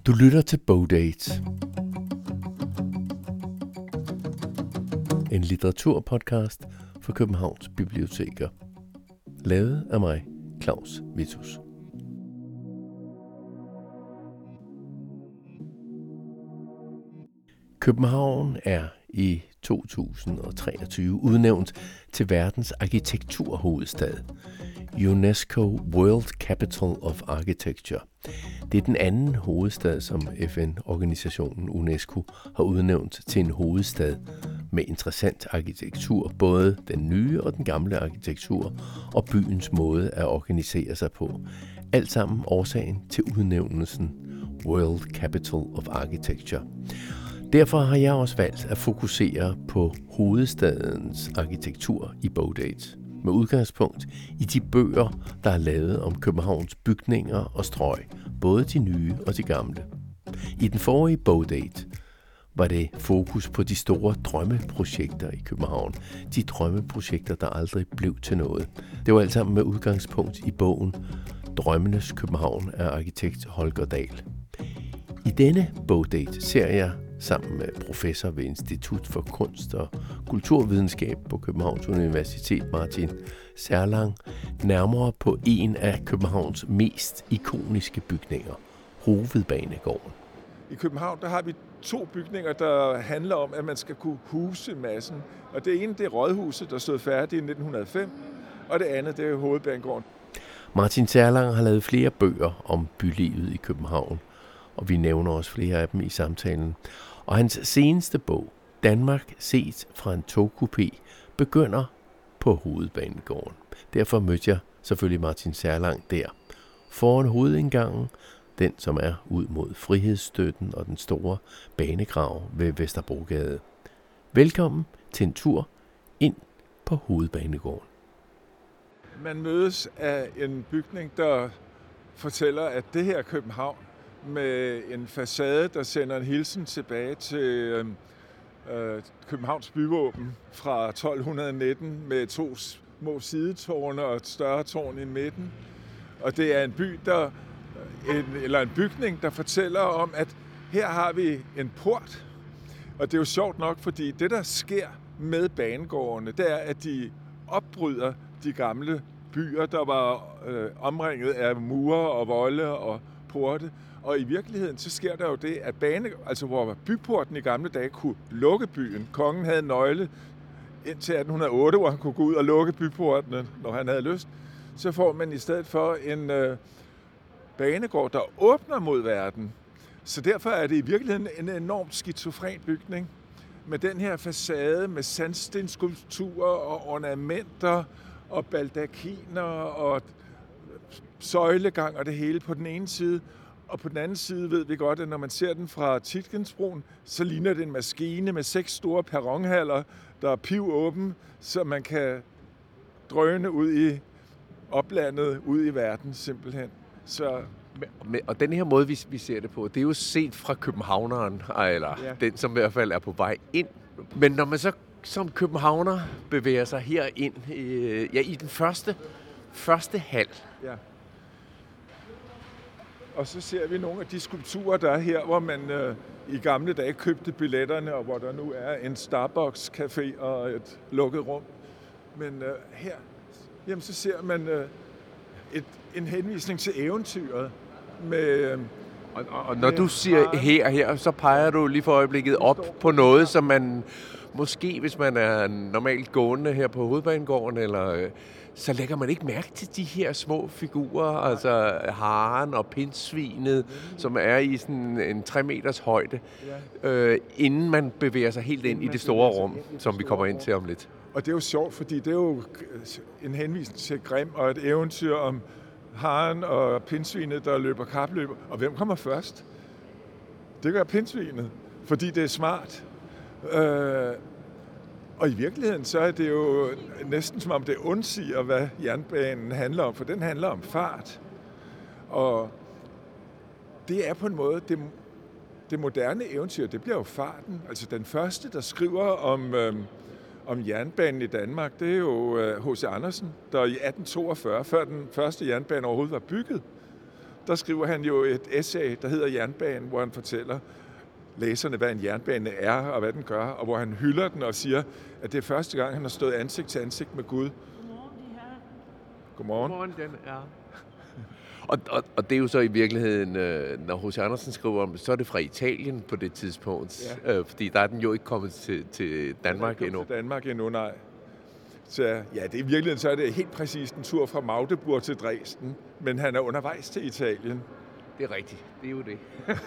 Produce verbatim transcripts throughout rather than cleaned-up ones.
Du lytter til Bogdate. En litteraturpodcast for Københavns Biblioteker. Lavet af mig, Claus Vitus. København er i to tusind og treogtyve udnævnt til verdens arkitekturhovedstad. UNESCO World Capital of Architecture. Det er den anden hovedstad, som F N-organisationen UNESCO har udnævnt til en hovedstad med interessant arkitektur, både den nye og den gamle arkitektur, og byens måde at organisere sig på. Alt sammen årsagen til udnævnelsen World Capital of Architecture. Derfor har jeg også valgt at fokusere på hovedstadens arkitektur i Bogdate, med udgangspunkt i de bøger, der er lavet om Københavns bygninger og strøg, både de nye og de gamle. I den forrige Bogdate var det fokus på de store drømmeprojekter i København. De drømmeprojekter, der aldrig blev til noget. Det var alt sammen med udgangspunkt i bogen Drømmenes København af arkitekt Holger Dahl. I denne Bogdate ser jeg sammen med professor ved Institut for Kunst og Kulturvidenskab på Københavns Universitet, Martin Serlang, nærmere på en af Københavns mest ikoniske bygninger, Hovedbanegården. I København der har vi to bygninger, der handler om, at man skal kunne huse massen. Og det ene det er Rådhuset, der stod færdigt i nitten hundrede og fem, og det andet det er Hovedbanegården. Martin Serlang har lavet flere bøger om bylivet i København, og vi nævner også flere af dem i samtalen. Og hans seneste bog, Danmark set fra en togkupé, begynder på Hovedbanegården. Derfor mødte jeg selvfølgelig Martin Serlang der. Foran hovedindgangen, den som er ud mod Frihedsstøtten og den store banegrav ved Vesterbrogade. Velkommen til en tur ind på Hovedbanegården. Man mødes af en bygning, der fortæller, at det her er København, med en facade, der sender en hilsen tilbage til øh, Københavns byvåben fra tolv nitten med to små sidetårne og et større tårn i midten. Og det er en by, der, en, eller en bygning, der fortæller om, at her har vi en port. Og det er jo sjovt nok, fordi det, der sker med banegårdene, det er, at de opbryder de gamle byer, der var øh, omringet af mure og volde og porte. Og i virkeligheden, så sker der jo det, at bane, altså hvor byporten i gamle dage kunne lukke byen. Kongen havde en nøgle indtil atten hundrede og otte, hvor han kunne gå ud og lukke byportene, når han havde lyst. Så får man i stedet for en øh, banegård, der åbner mod verden. Så derfor er det i virkeligheden en enormt skizofren bygning. Med den her facade med sandstensskulpturer og ornamenter og baldakiner og søjlegang og det hele på den ene side. Og på den anden side ved vi godt, at når man ser den fra Tietgensbroen, så ligner det en maskine med seks store perronhaller, der er pivåben, så man kan drøne ud i oplandet, ud i verden simpelthen. Så og den her måde, vi ser det på, det er jo set fra københavneren, eller ja. Den, som i hvert fald er på vej ind. Men når man så som københavner bevæger sig her ind øh, ja, i den første, første hal, ja. Og så ser vi nogle af de skulpturer, der er her, hvor man øh, i gamle dage købte billetterne, og hvor der nu er en Starbucks-café og et lukket rum. Men øh, her, jamen, så ser man øh, et, en henvisning til eventyret. Med, øh, og, og, og når du siger her her, så peger du lige for øjeblikket op på noget, som man måske, hvis man er normalt gående her på Hovedbanegården, eller så lægger man ikke mærke til de her små figurer, altså haren og pindsvinet, som er i sådan en tre meters højde, øh, inden man bevæger sig helt ind i det store rum, som vi kommer ind til om lidt. Og det er jo sjovt, fordi det er jo en henvisning til Grimm og et eventyr om haren og pindsvinet, der løber kapløb. Og hvem kommer først? Det gør pindsvinet, fordi det er smart. Øh, Og i virkeligheden så er det jo næsten som om det undsiger, hvad jernbanen handler om, for den handler om fart. Og det er på en måde, det, det moderne eventyr, det bliver jo farten. Altså den første, der skriver om, øhm, om jernbanen i Danmark, det er jo H C Andersen, der i atten toogfyrre, før den første jernbane overhovedet var bygget, der skriver han jo et essay, der hedder Jernbanen, hvor han fortæller læserne, hvad en jernbane er og hvad den gør, og hvor han hylder den og siger, at det er første gang, han har stået ansigt til ansigt med Gud. Godmorgen. Godmorgen, den er. Og, og, og det er jo så i virkeligheden, øh, når H C. Andersen skriver om det, så er det fra Italien på det tidspunkt. Ja. Øh, fordi der er den jo ikke kommet til, til Danmark endnu. til Danmark endnu, nej. Så ja, det er i virkeligheden så er det helt præcist en tur fra Magdeburg til Dresden, men han er undervejs til Italien. Det er rigtigt. Det er jo det.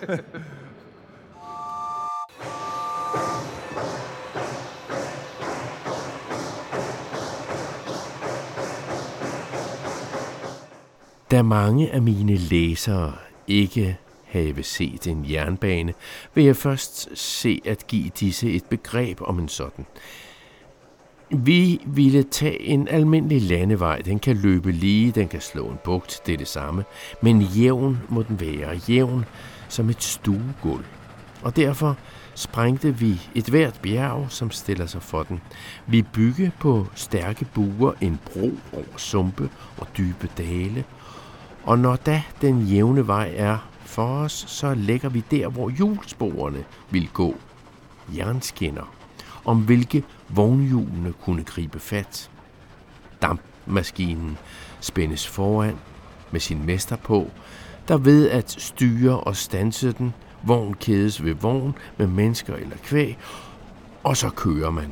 Da mange af mine læsere ikke have set en jernbane, vil jeg først se at give disse et begreb om en sådan. Vi ville tage en almindelig landevej. Den kan løbe lige, den kan slå en bugt, det er det samme. Men jævn må den være, jævn som et stuegulv. Og derfor sprængte vi et hvert bjerg, som stiller sig for den. Vi bygge på stærke buer en bro over sumpe og dybe dale. Og når da den jævne vej er for os, så lægger vi der, hvor hjulsporene vil gå. Jernskinner, om hvilke vognhjulene kunne gribe fat. Dampmaskinen spændes foran med sin mester på, der ved at styre og standse den. Vogn kædes ved vogn med mennesker eller kvæg, og så kører man.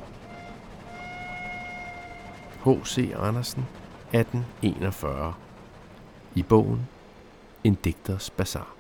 H C. Andersen, atten enogfyrre. I bogen En digters bazar.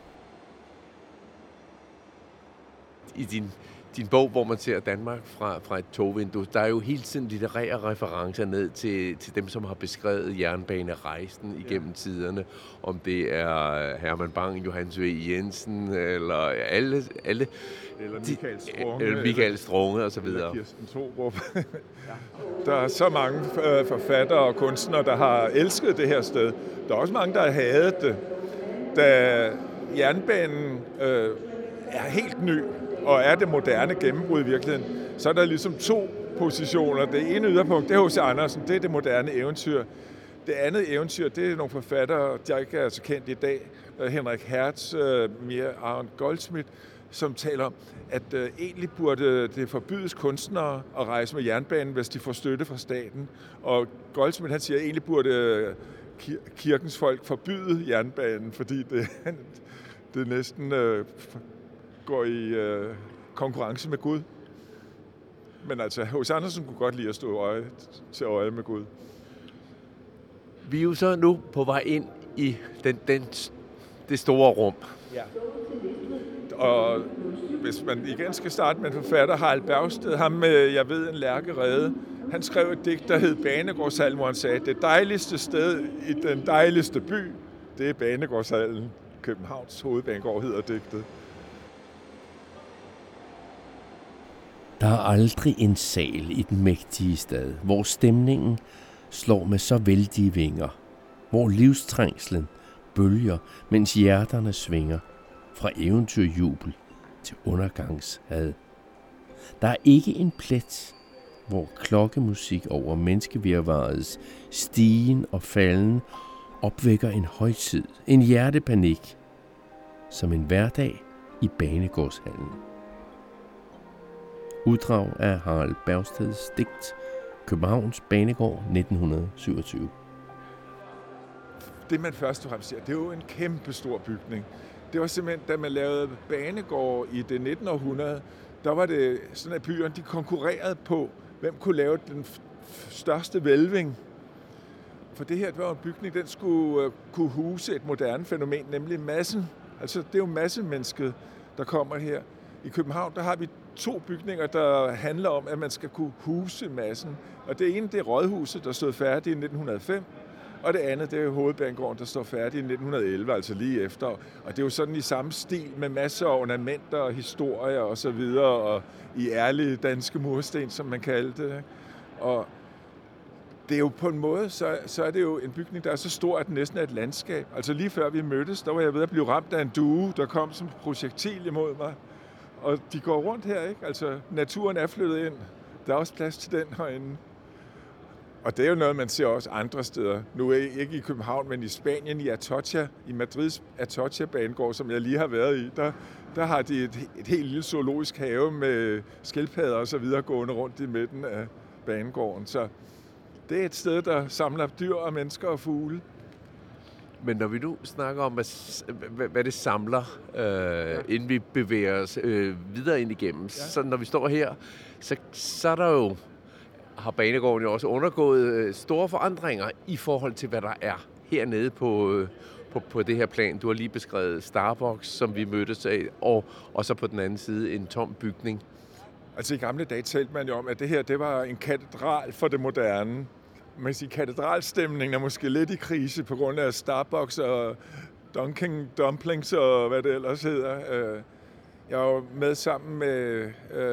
I din, din bog, hvor man ser Danmark fra, fra et togvindue, der er jo hele tiden litterære referencer ned til, til dem, som har beskrevet jernbanerejsen igennem ja. tiderne. Om det er Herman Bang, Johannes V. Jensen, eller alle... alle eller Michael Strunge. Eller Michael Strunge, og så videre. Eller Kirsten Thorup. Der er så mange forfattere og kunstnere, der har elsket det her sted. Der er også mange, der har hadet det. Da jernbanen øh, er helt ny, og er det moderne gennembrud i virkeligheden, så er der ligesom to positioner. Det ene yderpunkt, det er H C. Andersen, det er det moderne eventyr. Det andet eventyr, det er nogle forfattere, der ikke er så kendt i dag. Henrik Hertz, Mia Arendt Goldschmidt, som taler om, at øh, egentlig burde det forbydes kunstnere at rejse med jernbanen, hvis de får støtte fra staten. Og Goldschmidt, han siger, at egentlig burde øh, kirkens folk forbyde jernbanen, fordi det, det næsten øh, går i øh, konkurrence med Gud. Men altså, H C. Andersen kunne godt lide at stå øje til øje med Gud. Vi er jo så nu på vej ind i den, den, det store rum. Ja. Og hvis man igen skal starte med en forfatter, Harald Bergsted, ham med, jeg ved, en lærkerede, han skrev et digt, der hed Banegårdshallen, hvor han sagde, det dejligste sted i den dejligste by, det er Banegårdshallen. Københavns hovedbanegård hedder digtet. Der er aldrig en sal i den mægtige stad, hvor stemningen slår med så vældige vinger, hvor livstrængslen bølger, mens hjerterne svinger, fra eventyrjubel til undergangshad. Der er ikke en plet, hvor klokkemusik over menneskevirvarets stigen og falden opvækker en højtid, en hjertepanik, som en hverdag i Banegårdshallen. Uddrag af Harald Bergsteds digt Københavns Banegård nitten syvogtyve. Det man først og fremmest siger, det er jo en kæmpe stor bygning. Det var simpelthen, da man lavede banegård i det nittende århundrede, der var det sådan, at byerne de konkurrerede på, hvem kunne lave den største hvælving. For det her det var en bygning, den skulle uh, kunne huse et moderne fænomen, nemlig massen. Altså det er jo massemennesket, der kommer her. I København, der har vi to bygninger, der handler om, at man skal kunne huse massen. Og det ene, det er Rådhuset, der stod færdigt i nitten hundrede og fem. Og det andet, det er Hovedbanegården, der står færdig i nitten elleve, altså lige efter. Og det er jo sådan i samme stil med masser af ornamenter og historier og så videre, og i ærlige danske mursten, som man kaldte det. Og det er jo på en måde, så, så er det jo en bygning, der er så stor, at den næsten er et landskab. Altså lige før vi mødtes, der var jeg ved at blive ramt af en due, der kom som projektil imod mig. Og de går rundt her, ikke? Altså naturen er flyttet ind. Der er også plads til den herinde. Og det er jo noget, man ser også andre steder. Nu er jeg ikke i København, men i Spanien, i Atocha, i Madrids Atocha-banegård, som jeg lige har været i, der, der har de et, et helt lille zoologisk have med skildpadder og så videre gående rundt i midten af banegården. Så det er et sted, der samler dyr og mennesker og fugle. Men når vi nu snakker om, hvad det samler, øh, ja. inden vi bevæger os øh, videre ind igennem, ja. så når vi står her, så, så er der jo, har banegården jo også undergået øh, store forandringer i forhold til, hvad der er hernede på, øh, på, på det her plan. Du har lige beskrevet Starbucks, som vi mødtes af, og, og så på den anden side en tom bygning. Altså i gamle dage talte man jo om, at det her det var en katedral for det moderne. Man kan sige, katedralstemningen er måske lidt i krise på grund af Starbucks og Dunkin' Dumplings og hvad det ellers hedder. Jeg var med sammen med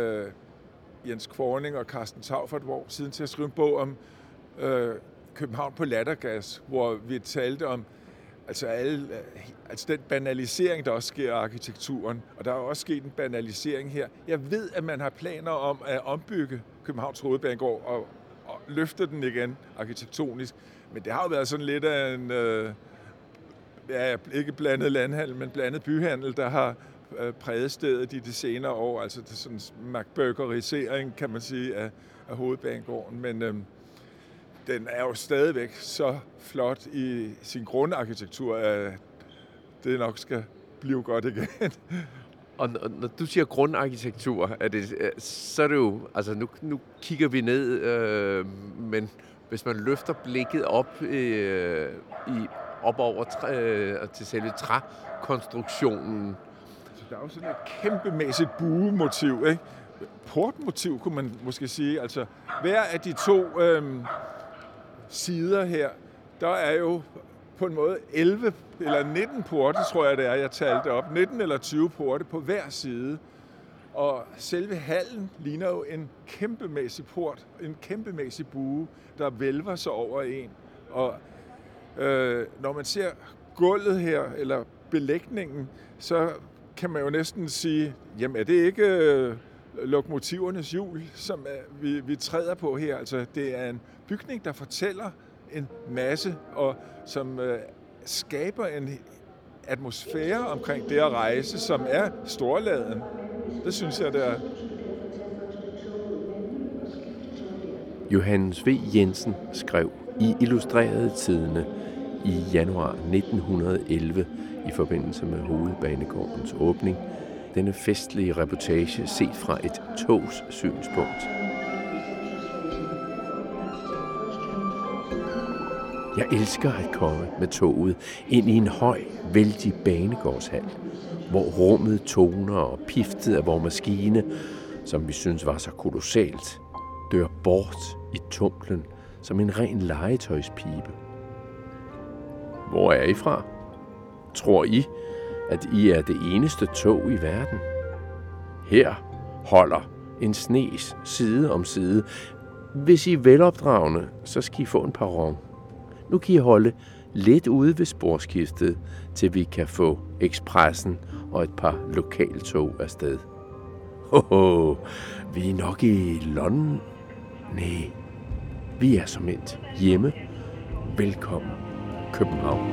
Jens Kvorning og Carsten Tau for et år siden til at skrive en bog om København på lattergas, hvor vi talte om altså, alle, altså den banalisering, der også sker af arkitekturen. Og der er også sket en banalisering her. Jeg ved, at man har planer om at ombygge Københavns Hovedbanegård og og løfte den igen arkitektonisk. Men det har jo været sådan lidt af en, øh, ja, ikke blandet landhandel, men blandet byhandel, der har øh, præget stedet i de senere år. Altså det er sådan en McBurgerisering, kan man sige, af, af Hovedbanegården. Men øh, den er jo stadigvæk så flot i sin grundarkitektur, at det nok skal blive godt igen. Og når du siger grundarkitektur, er det, så er det jo, altså nu, nu kigger vi ned, øh, men hvis man løfter blikket op, øh, i, op over træ, øh, til selve trækonstruktionen. Så der er jo sådan et kæmpemæssigt buemotiv, ikke? Portmotiv, kunne man måske sige. Altså hver af de to øh, sider her, der er jo på en måde elleve eller nitten porte, tror jeg det er, jeg talte op. nitten eller tyve porte på hver side. Og selve hallen ligner jo en kæmpemæssig port, en kæmpemæssig bue, der vælver sig over en. Og øh, når man ser gulvet her, eller belægningen, så kan man jo næsten sige, jamen er det ikke øh, lokomotivernes hjul, som er, vi, vi træder på her? Altså det er en bygning, der fortæller en masse, og som øh, skaber en atmosfære omkring det at rejse, som er storladen. Det synes jeg, det er. Johannes V. Jensen skrev i Illustrerede Tidende i januar nitten elleve i forbindelse med Hovedbanegårdens åbning denne festlige reportage set fra et togs synspunkt. Jeg elsker at komme med toget ind i en høj, vældig banegårdshal, hvor rummet toner og piftet af vores maskine, som vi synes var så kolossalt, dør bort i tumlen som en ren legetøjspibe. Hvor er I fra? Tror I, at I er det eneste tog i verden? Her holder en snes side om side. Hvis I er velopdragende, så skal I få en perron. Nu kan I holde lidt ude ved sporskiftet, til vi kan få Expressen og et par lokaltog afsted. Hoho, vi er nok i London? Nej, vi er som et hjemme. Velkommen, København.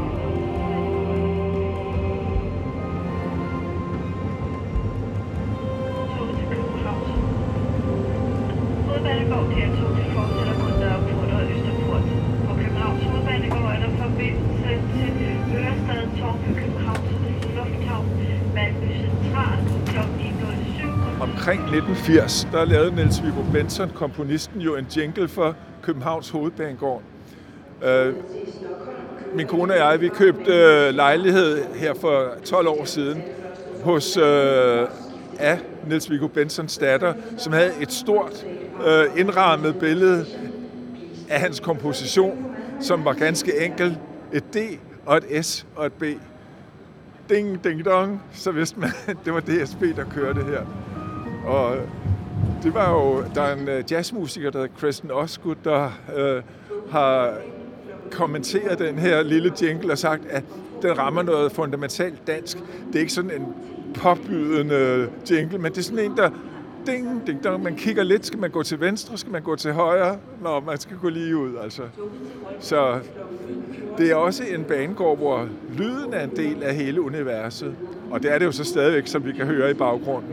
Hovedbanegård T to fortsætter mod Nørreport og Østerport. På Københavns Hovedbanegård er der forbindelse til Ørestad, Torp, Københavns Lufthavn, Malmø Central, klokken en nul syv. Omkring nitten firs, der lavede Niels Viggo Bentzon, komponisten, jo en jingle for Københavns Hovedbanegård. Uh, min kone og jeg, vi købte uh, lejlighed her for tolv år siden hos uh, af Niels Viggo Bentzons datter, som havde et stort uh, indrammet billede af hans komposition, som var ganske enkel. Et D og et S og et B. Ding, ding, dong. Så vidste man, at det var D S B, der kørte her. Og det var jo, der er en jazzmusiker, der hedder Kristen Osgood, der øh, har kommenteret den her lille jingle og sagt, at den rammer noget fundamentalt dansk. Det er ikke sådan en påbydende jingle, men det er sådan en, der ding, ding, ding. Man kigger lidt, skal man gå til venstre, skal man gå til højre? Nå, man skal gå lige ud, altså. Så det er også en banegård, hvor lyden er en del af hele universet. Og det er det jo så stadigvæk, som vi kan høre i baggrunden.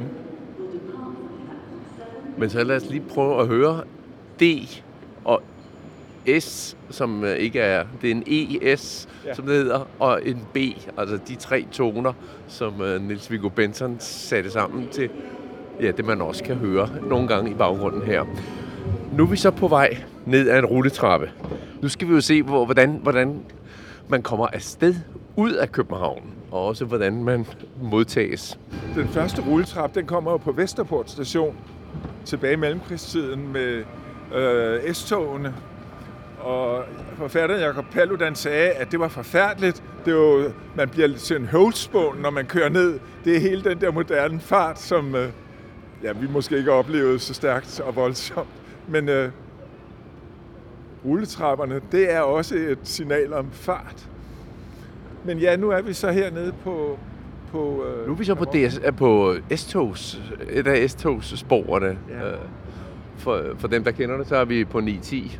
Men så lad os lige prøve at høre D og S, som ikke er... Det er en E S, ja. Som det hedder, og en B. Altså de tre toner, som Niels Viggo Bentzon satte sammen til... Ja, det man også kan høre nogle gange i baggrunden her. Nu er vi så på vej ned ad en rulletrappe. Nu skal vi jo se, hvor, hvordan, hvordan man kommer afsted ud af København, og også hvordan man modtages. Den første rulletrappe, den kommer jo på Vesterport station, tilbage i mellemkrigstiden med øh, S-togene. Og forfatteren Jacob Paludan sagde, at det var forfærdeligt. Det er jo, man bliver til en høvlspån, når man kører ned. Det er hele den der moderne fart, som øh, ja, vi måske ikke har oplevet så stærkt og voldsomt. Men øh, rulletrapperne, det er også et signal om fart. Men ja, nu er vi så hernede på... på øh, nu er vi så på, D S, på S-togs, et af S-togssporene. Ja. For, for dem, der kender det, så er vi på ni ti.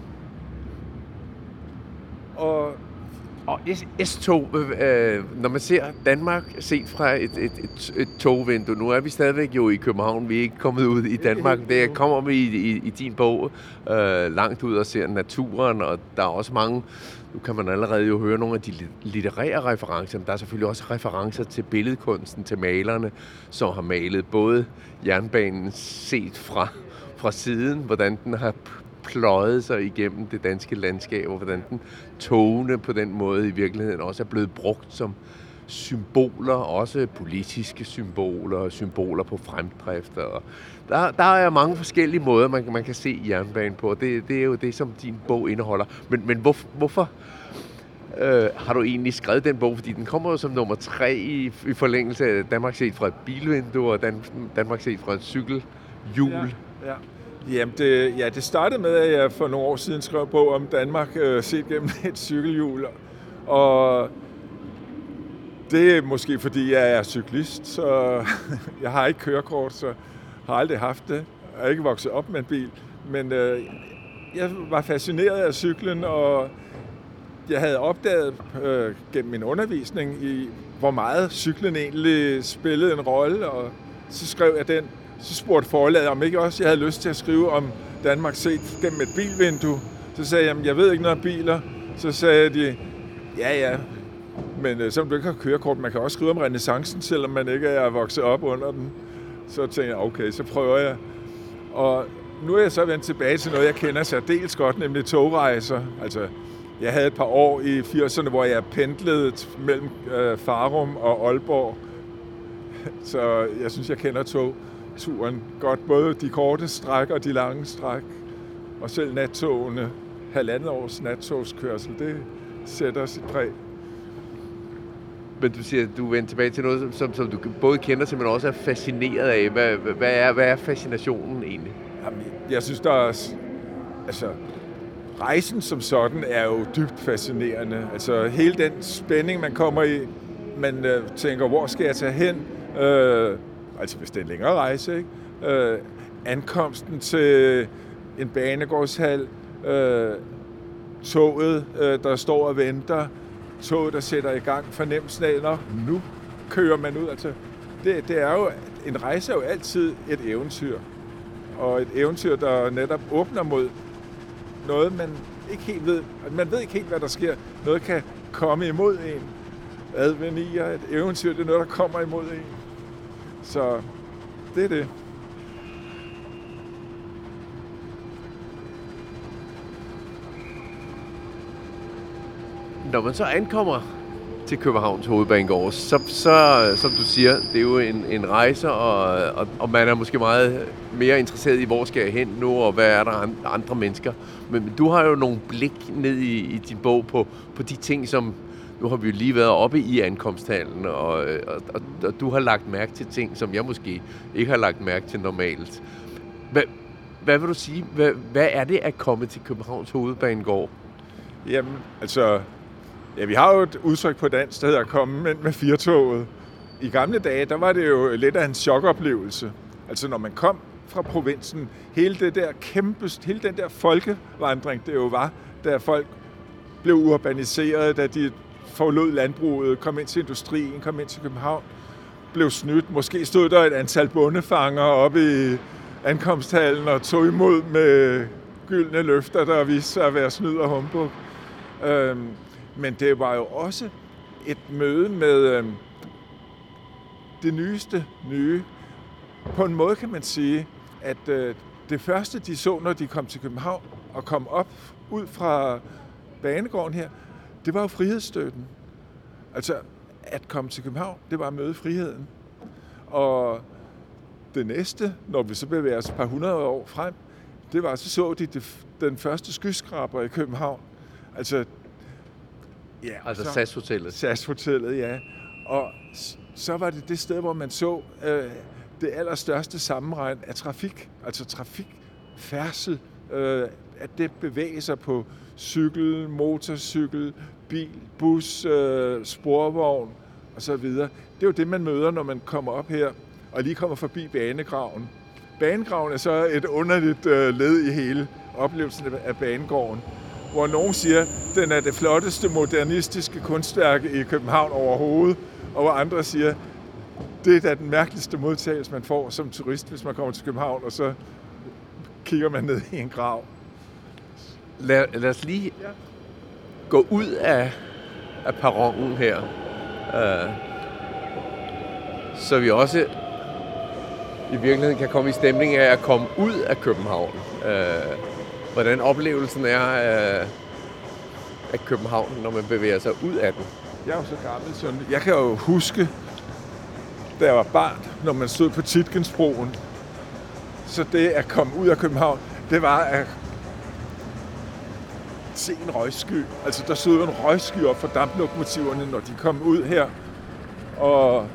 Og, og S-tog, øh, når man ser Danmark set fra et, et, et, et togvindue, nu er vi stadigvæk jo i København, vi er ikke kommet ud i Danmark, det kommer vi i, i, i din bog øh, langt ud og ser naturen, og der er også mange, nu kan man allerede jo høre nogle af de litterære referencer, men der er selvfølgelig også referencer til billedkunsten, til malerne, som har malet både jernbanen set fra, fra siden, hvordan den har pløjet sig igennem det danske landskab, og hvordan den togene på den måde i virkeligheden også er blevet brugt som symboler, også politiske symboler, symboler på fremdrift. Og der, der er mange forskellige måder, man, man kan se jernbanen på, og det, det er jo det, som din bog indeholder. Men, men hvor, hvorfor øh, har du egentlig skrevet den bog? Fordi den kommer jo som nummer tre i, i forlængelse af Danmark set fra et bilvindue, og Dan, Danmark set fra et cykelhjul. Ja, ja. Jamen det, ja, det startede med, at jeg for nogle år siden skrev en bog om Danmark øh, set gennem et cykelhjul. Og det er måske fordi, jeg er cyklist, så jeg har ikke kørekort, så har aldrig haft det. Jeg er ikke vokset op med en bil, men øh, jeg var fascineret af cyklen, og jeg havde opdaget øh, gennem min undervisning, i hvor meget cyklen egentlig spillede en rolle, og så skrev jeg den. Så spurgte forlaget, om ikke også jeg havde lyst til at skrive om Danmark set gennem et bilvindue. Så sagde jeg, jeg ved ikke noget om biler. Så sagde de, ja ja, men øh, selvom du ikke har kørekort, man kan også skrive om renæssancen, selvom man ikke er vokset op under den. Så tænkte jeg, okay, så prøver jeg. Og nu er jeg så vendt tilbage til noget, jeg kender særdeles godt, nemlig togrejser. Altså, jeg havde et par år i firserne, hvor jeg pendlede mellem øh, Farum og Aalborg. Så jeg synes, jeg kender tog. Turen godt, både de korte stræk og de lange stræk, og selv nattogene, halvandet års nattogskørsel, det sætter sit præg. Men du siger, at du vender tilbage til noget, som, som du både kender til, men også er fascineret af. Hvad, hvad, er, hvad er fascinationen egentlig? Jamen, jeg synes, der er... Altså, rejsen som sådan er jo dybt fascinerende. Altså, hele den spænding, man kommer i, man øh, tænker, hvor skal jeg tage hen? Øh, Altså hvis det er en længere rejse, ikke? Øh, ankomsten til en banegårdshal, øh, toget, øh, der står og venter, toget, der sætter i gang, fornemmelsen af, når nu kører man ud. Altså, det, det er jo, en rejse er jo altid et eventyr, og et eventyr, der netop åbner mod noget, man ikke helt ved. Man ved ikke helt, hvad der sker. Noget kan komme imod en. Advenier, et eventyr, det er noget, der kommer imod en. Så det er det. Når man så ankommer til Københavns Hovedbanegård, så, så som du siger, det er jo en, en rejse, og, og, og man er måske meget mere interesseret i, hvor skal jeg hen nu, og hvad er der andre mennesker. Men, men du har jo nogle blik ned i, i din bog på, på de ting, som... Nu har vi jo lige været oppe i ankomsthallen, og, og, og, og du har lagt mærke til ting, som jeg måske ikke har lagt mærke til normalt. Hvad, hvad vil du sige? Hvad, hvad er det at komme til Københavns Hovedbanegård? Jamen, altså... Ja, vi har jo et udtryk på dansk, der hedder at komme med, med firtoget. I gamle dage, der var det jo lidt af en chokoplevelse. Altså, når man kom fra provinsen. Hele det der kæmpe, hele den der folkevandring, det jo var, da folk blev urbaniseret, da de forlod landbruget, kom ind til industrien, kom ind til København, blev snydt. Måske stod der et antal bondefanger oppe i ankomsthallen og tog imod med gyldne løfter, der viste sig at være snyd og humbug. Øhm, men det var jo også et møde med øhm, det nyeste nye. På en måde kan man sige, at øh, det første, de så, når de kom til København og kom op ud fra banegården her, det var jo frihedsstøtten. Altså, at komme til København, det var at møde friheden. Og det næste, når vi så bevæger os et par hundrede år frem, det var, så så de det, den første skyskraber i København. Altså, ja, altså så, S A S-hotellet. S A S-hotellet, ja. Og så var det det sted, hvor man så øh, det allerstørste sammenregn af trafik, altså trafikfærdsel, øh, at det bevæger sig på cykel, motorcykel, bil, bus, øh, sporvogn osv. Det er jo det, man møder, når man kommer op her og lige kommer forbi banegraven. Banegraven er så et underligt øh, led i hele oplevelsen af banegården, hvor nogen siger, at den er det flotteste modernistiske kunstværk i København overhovedet, og hvor andre siger, at det er da den mærkeligste modtagelse, man får som turist, hvis man kommer til København, og så kigger man ned i en grav. Lad, lad os lige gå ud af, af perronen her, uh, så vi også i virkeligheden kan komme i stemning af at komme ud af København. Uh, hvordan oplevelsen er af, af København, når man bevæger sig ud af den. Jeg er jo så gammel, så jeg kan jo huske, da jeg var barn, når man stod på Tietgensbroen, så det at komme ud af København, det var at se en røgsky. Altså, der stod en røgsky op for damplokomotiverne, når de kom ud her. Og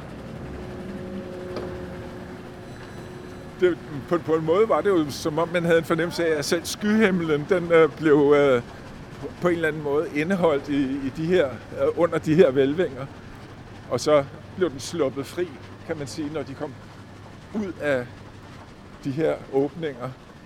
det, på, på en måde var det jo, som om man havde en fornemmelse af, at selv skyhimlen, den øh, blev øh, på en eller anden måde indeholdt i, i de her, øh, under de her hvælvinger. Og så blev den sluppet fri, kan man sige, når de kom ud af de her åbninger.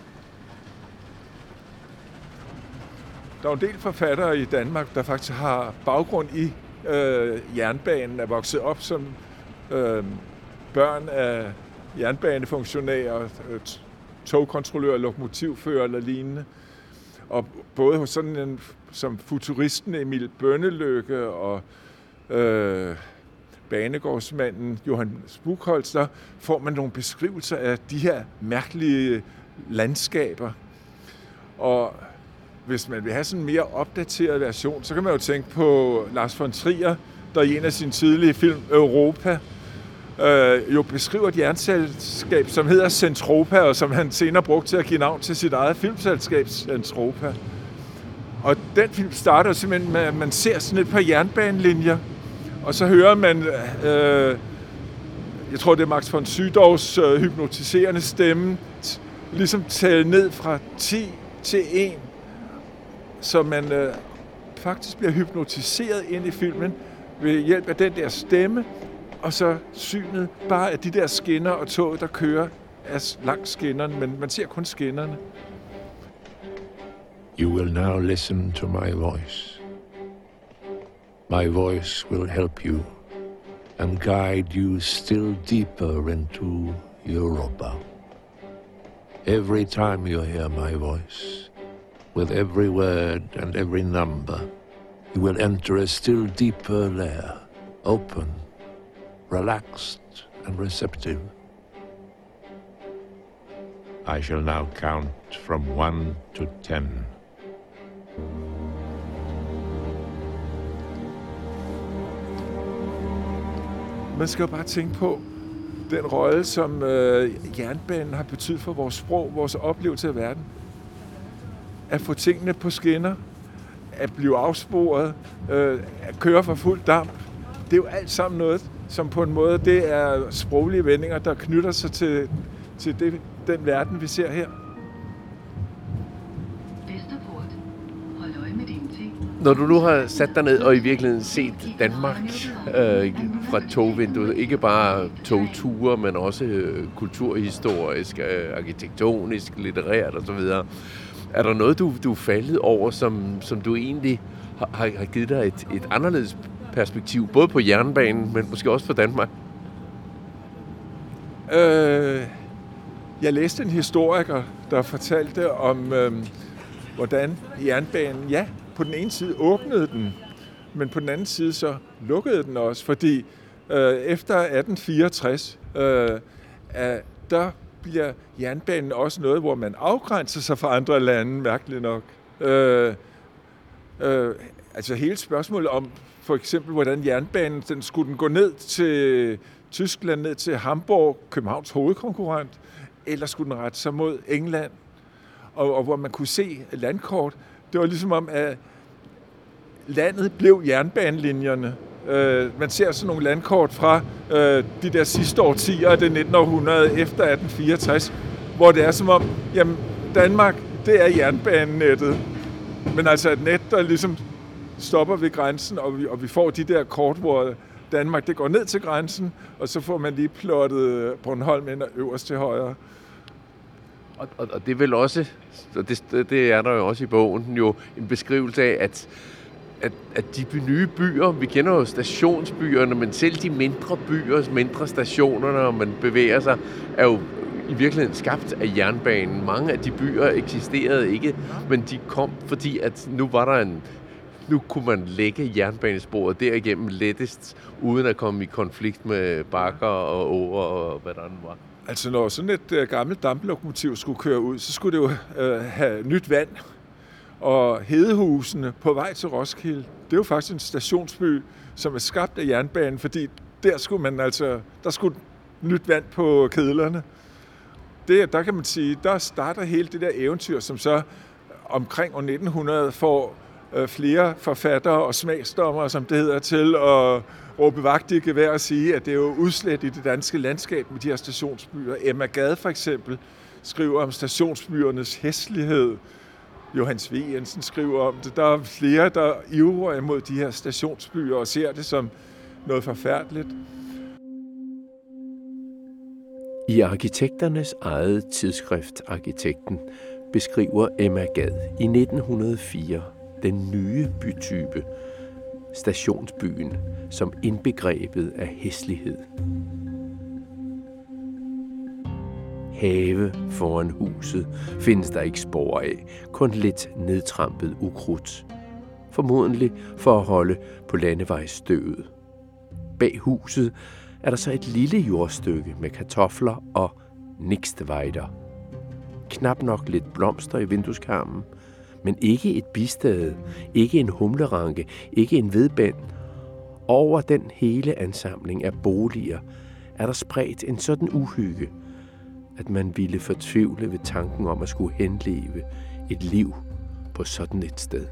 Der er en del forfattere i Danmark, der faktisk har baggrund i øh, jernbanen, er vokset op som øh, børn af jernbanefunktionærer, øh, togkontrollører, lokomotivfører eller lignende. Og både hos sådan en som futuristen Emil Bønnelykke og øh, banegårdsmanden Johan Buchholz, der får man nogle beskrivelser af de her mærkelige landskaber. Og hvis man vil have sådan en mere opdateret version, så kan man jo tænke på Lars von Trier, der i en af sine tidlige film, Europa, øh, jo beskriver et jernselskab, som hedder Centropa, og som han senere brugte til at give navn til sit eget filmselskab, Centropa. Og den film starter simpelthen med, at man ser sådan et par jernbanelinjer, og så hører man, øh, jeg tror det er Max von Sydows øh, hypnotiserende stemme, t- ligesom tælle ned fra ti til en, så man øh, faktisk bliver hypnotiseret ind i filmen ved hjælp af den der stemme, og så synet bare af de der skinner og tog, der kører langs skinnerne, men man ser kun skinnerne. You will now listen to my voice. My voice will help you and guide you still deeper into Europa. Every time you hear my voice, with every word and every number, you will enter a still deeper layer, open, relaxed and receptive. I shall now count from one to ten. Man skal jo bare tænke på den rolle, som øh, jernbanen har betydet for vores sprog, vores oplevelse af verden. At få tingene på skinner, at blive afsporet, øh, at køre for fuld damp. Det er jo alt sammen noget, som på en måde, det er sproglige vendinger, der knytter sig til, til det, den verden, vi ser her. Vesterport. Hold øje med dine ting. Når du nu har sat dig ned og i virkeligheden set Danmark øh, fra togvinduet, ikke bare togture, men også øh, kulturhistorisk, øh, arkitektonisk, litterært osv., er der noget, du, du er faldet over, som, som du egentlig har, har givet dig et, et anderledes perspektiv, både på jernbanen, men måske også for Danmark? Øh, jeg læste en historiker, der fortalte om, øh, hvordan jernbanen, ja, på den ene side åbnede den, men på den anden side så lukkede den også, fordi øh, efter atten fireogtres, øh, er, der bliver jernbanen også noget, hvor man afgrænser sig fra andre lande, mærkeligt nok. Øh, øh, altså hele spørgsmålet om, for eksempel, hvordan jernbanen, den skulle den gå ned til Tyskland, ned til Hamburg, Københavns hovedkonkurrent, eller skulle den rette sig mod England? Og, og hvor man kunne se landkort, det var ligesom om, at landet blev jernbanelinjerne. Uh, man ser sådan nogle landkort fra uh, de der sidste årtier af det nittende århundrede efter atten fireogtres, hvor det er som om, jamen Danmark, det er jernbanenettet. Men altså et net, der ligesom stopper ved grænsen, og vi, og vi får de der kort, hvor Danmark, det går ned til grænsen, og så får man lige plottet Bornholm ind øverst til højre. Og, og, og det er vel også, og det, det er der jo også i bogen, jo en beskrivelse af, at, at, at de nye byer, vi kender jo stationsbyerne, men selv de mindre byer, mindre stationer, når man bevæger sig, er jo i virkeligheden skabt af jernbanen. Mange af de byer eksisterede ikke, men de kom, fordi at nu var der en, nu kunne man lægge jernbanesporet derigennem lettest, uden at komme i konflikt med bakker og åer og hvad der nu var. Altså når sådan et uh, gammelt damplokomotiv skulle køre ud, så skulle det jo uh, have nyt vand. Og Hedehusene på vej til Roskilde, det er jo faktisk en stationsby, som er skabt af jernbanen, fordi der skulle man altså, der skulle nyt vand på kedlerne. Det, der kan man sige, der starter hele det der eventyr, som så omkring år nitten hundrede får uh, flere forfattere og smagsdommere, som det hedder, til at råbe vagt i gevær og sige, at det er jo udslet i det danske landskab med de her stationsbyer. Emma Gad for eksempel skriver om stationsbyernes hæslighed. Johannes V. Jensen skriver om det. Der er flere, der ivrer imod de her stationsbyer og ser det som noget forfærdeligt. I arkitekternes eget tidsskrift, Arkitekten, beskriver Emma Gad i nitten hundrede og fire den nye bytype, stationsbyen, som indbegrebet af hæslighed. Have foran huset findes der ikke spor af, kun lidt nedtrampet ukrudt. Formodentlig for at holde på landevejsstøvet. Bag huset er der så et lille jordstykke med kartofler og nikstevejder. Knap nok lidt blomster i vindueskarmen, men ikke et bistade, ikke en humleranke, ikke en vedbænd. Over den hele ansamling af boliger er der spredt en sådan uhygge, at man ville fortvivle ved tanken om at skulle henleve et liv på sådan et sted.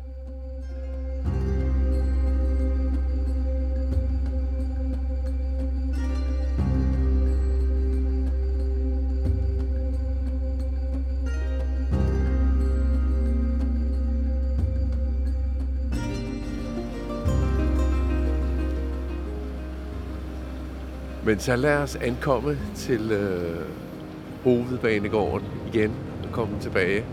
Men så lad os ankomme til øh, hovedbanegården igen og komme tilbage.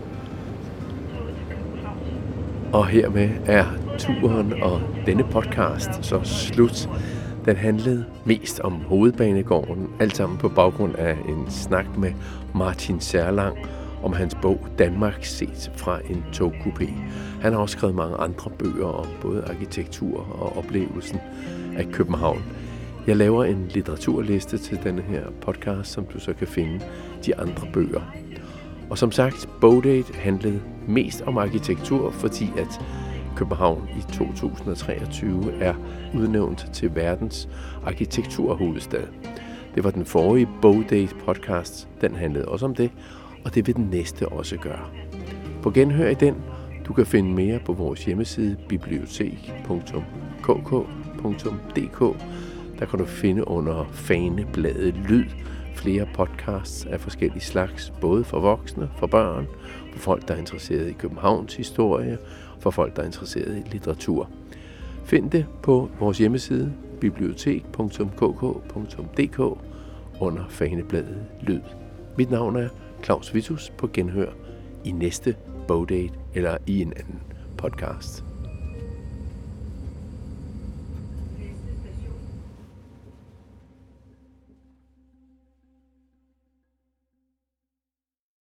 Og hermed er turen og denne podcast så slut. Den handlede mest om hovedbanegården, alt sammen på baggrund af en snak med Martin Serlang om hans bog Danmark set fra en togkupé. Han har også skrevet mange andre bøger om både arkitektur og oplevelsen af København. Jeg laver en litteraturliste til denne her podcast, som du så kan finde de andre bøger. Og som sagt, Bogdate handlede mest om arkitektur, fordi at København i to tusind og treogtyve er udnævnt til verdens arkitekturhovedstad. Det var den forrige Bogdate podcast, den handlede også om det, og det vil den næste også gøre. På genhør i den, du kan finde mere på vores hjemmeside bibliotek punktum k k punktum d k. Der kan du finde under fanebladet Lyd flere podcasts af forskellige slags, både for voksne, for børn, for folk, der er interesseret i Københavns historie, for folk, der er interesseret i litteratur. Find det på vores hjemmeside bibliotek punktum k k punktum d k under fanebladet Lyd. Mit navn er Claus Vittus, på genhør i næste Bogdate eller i en anden podcast.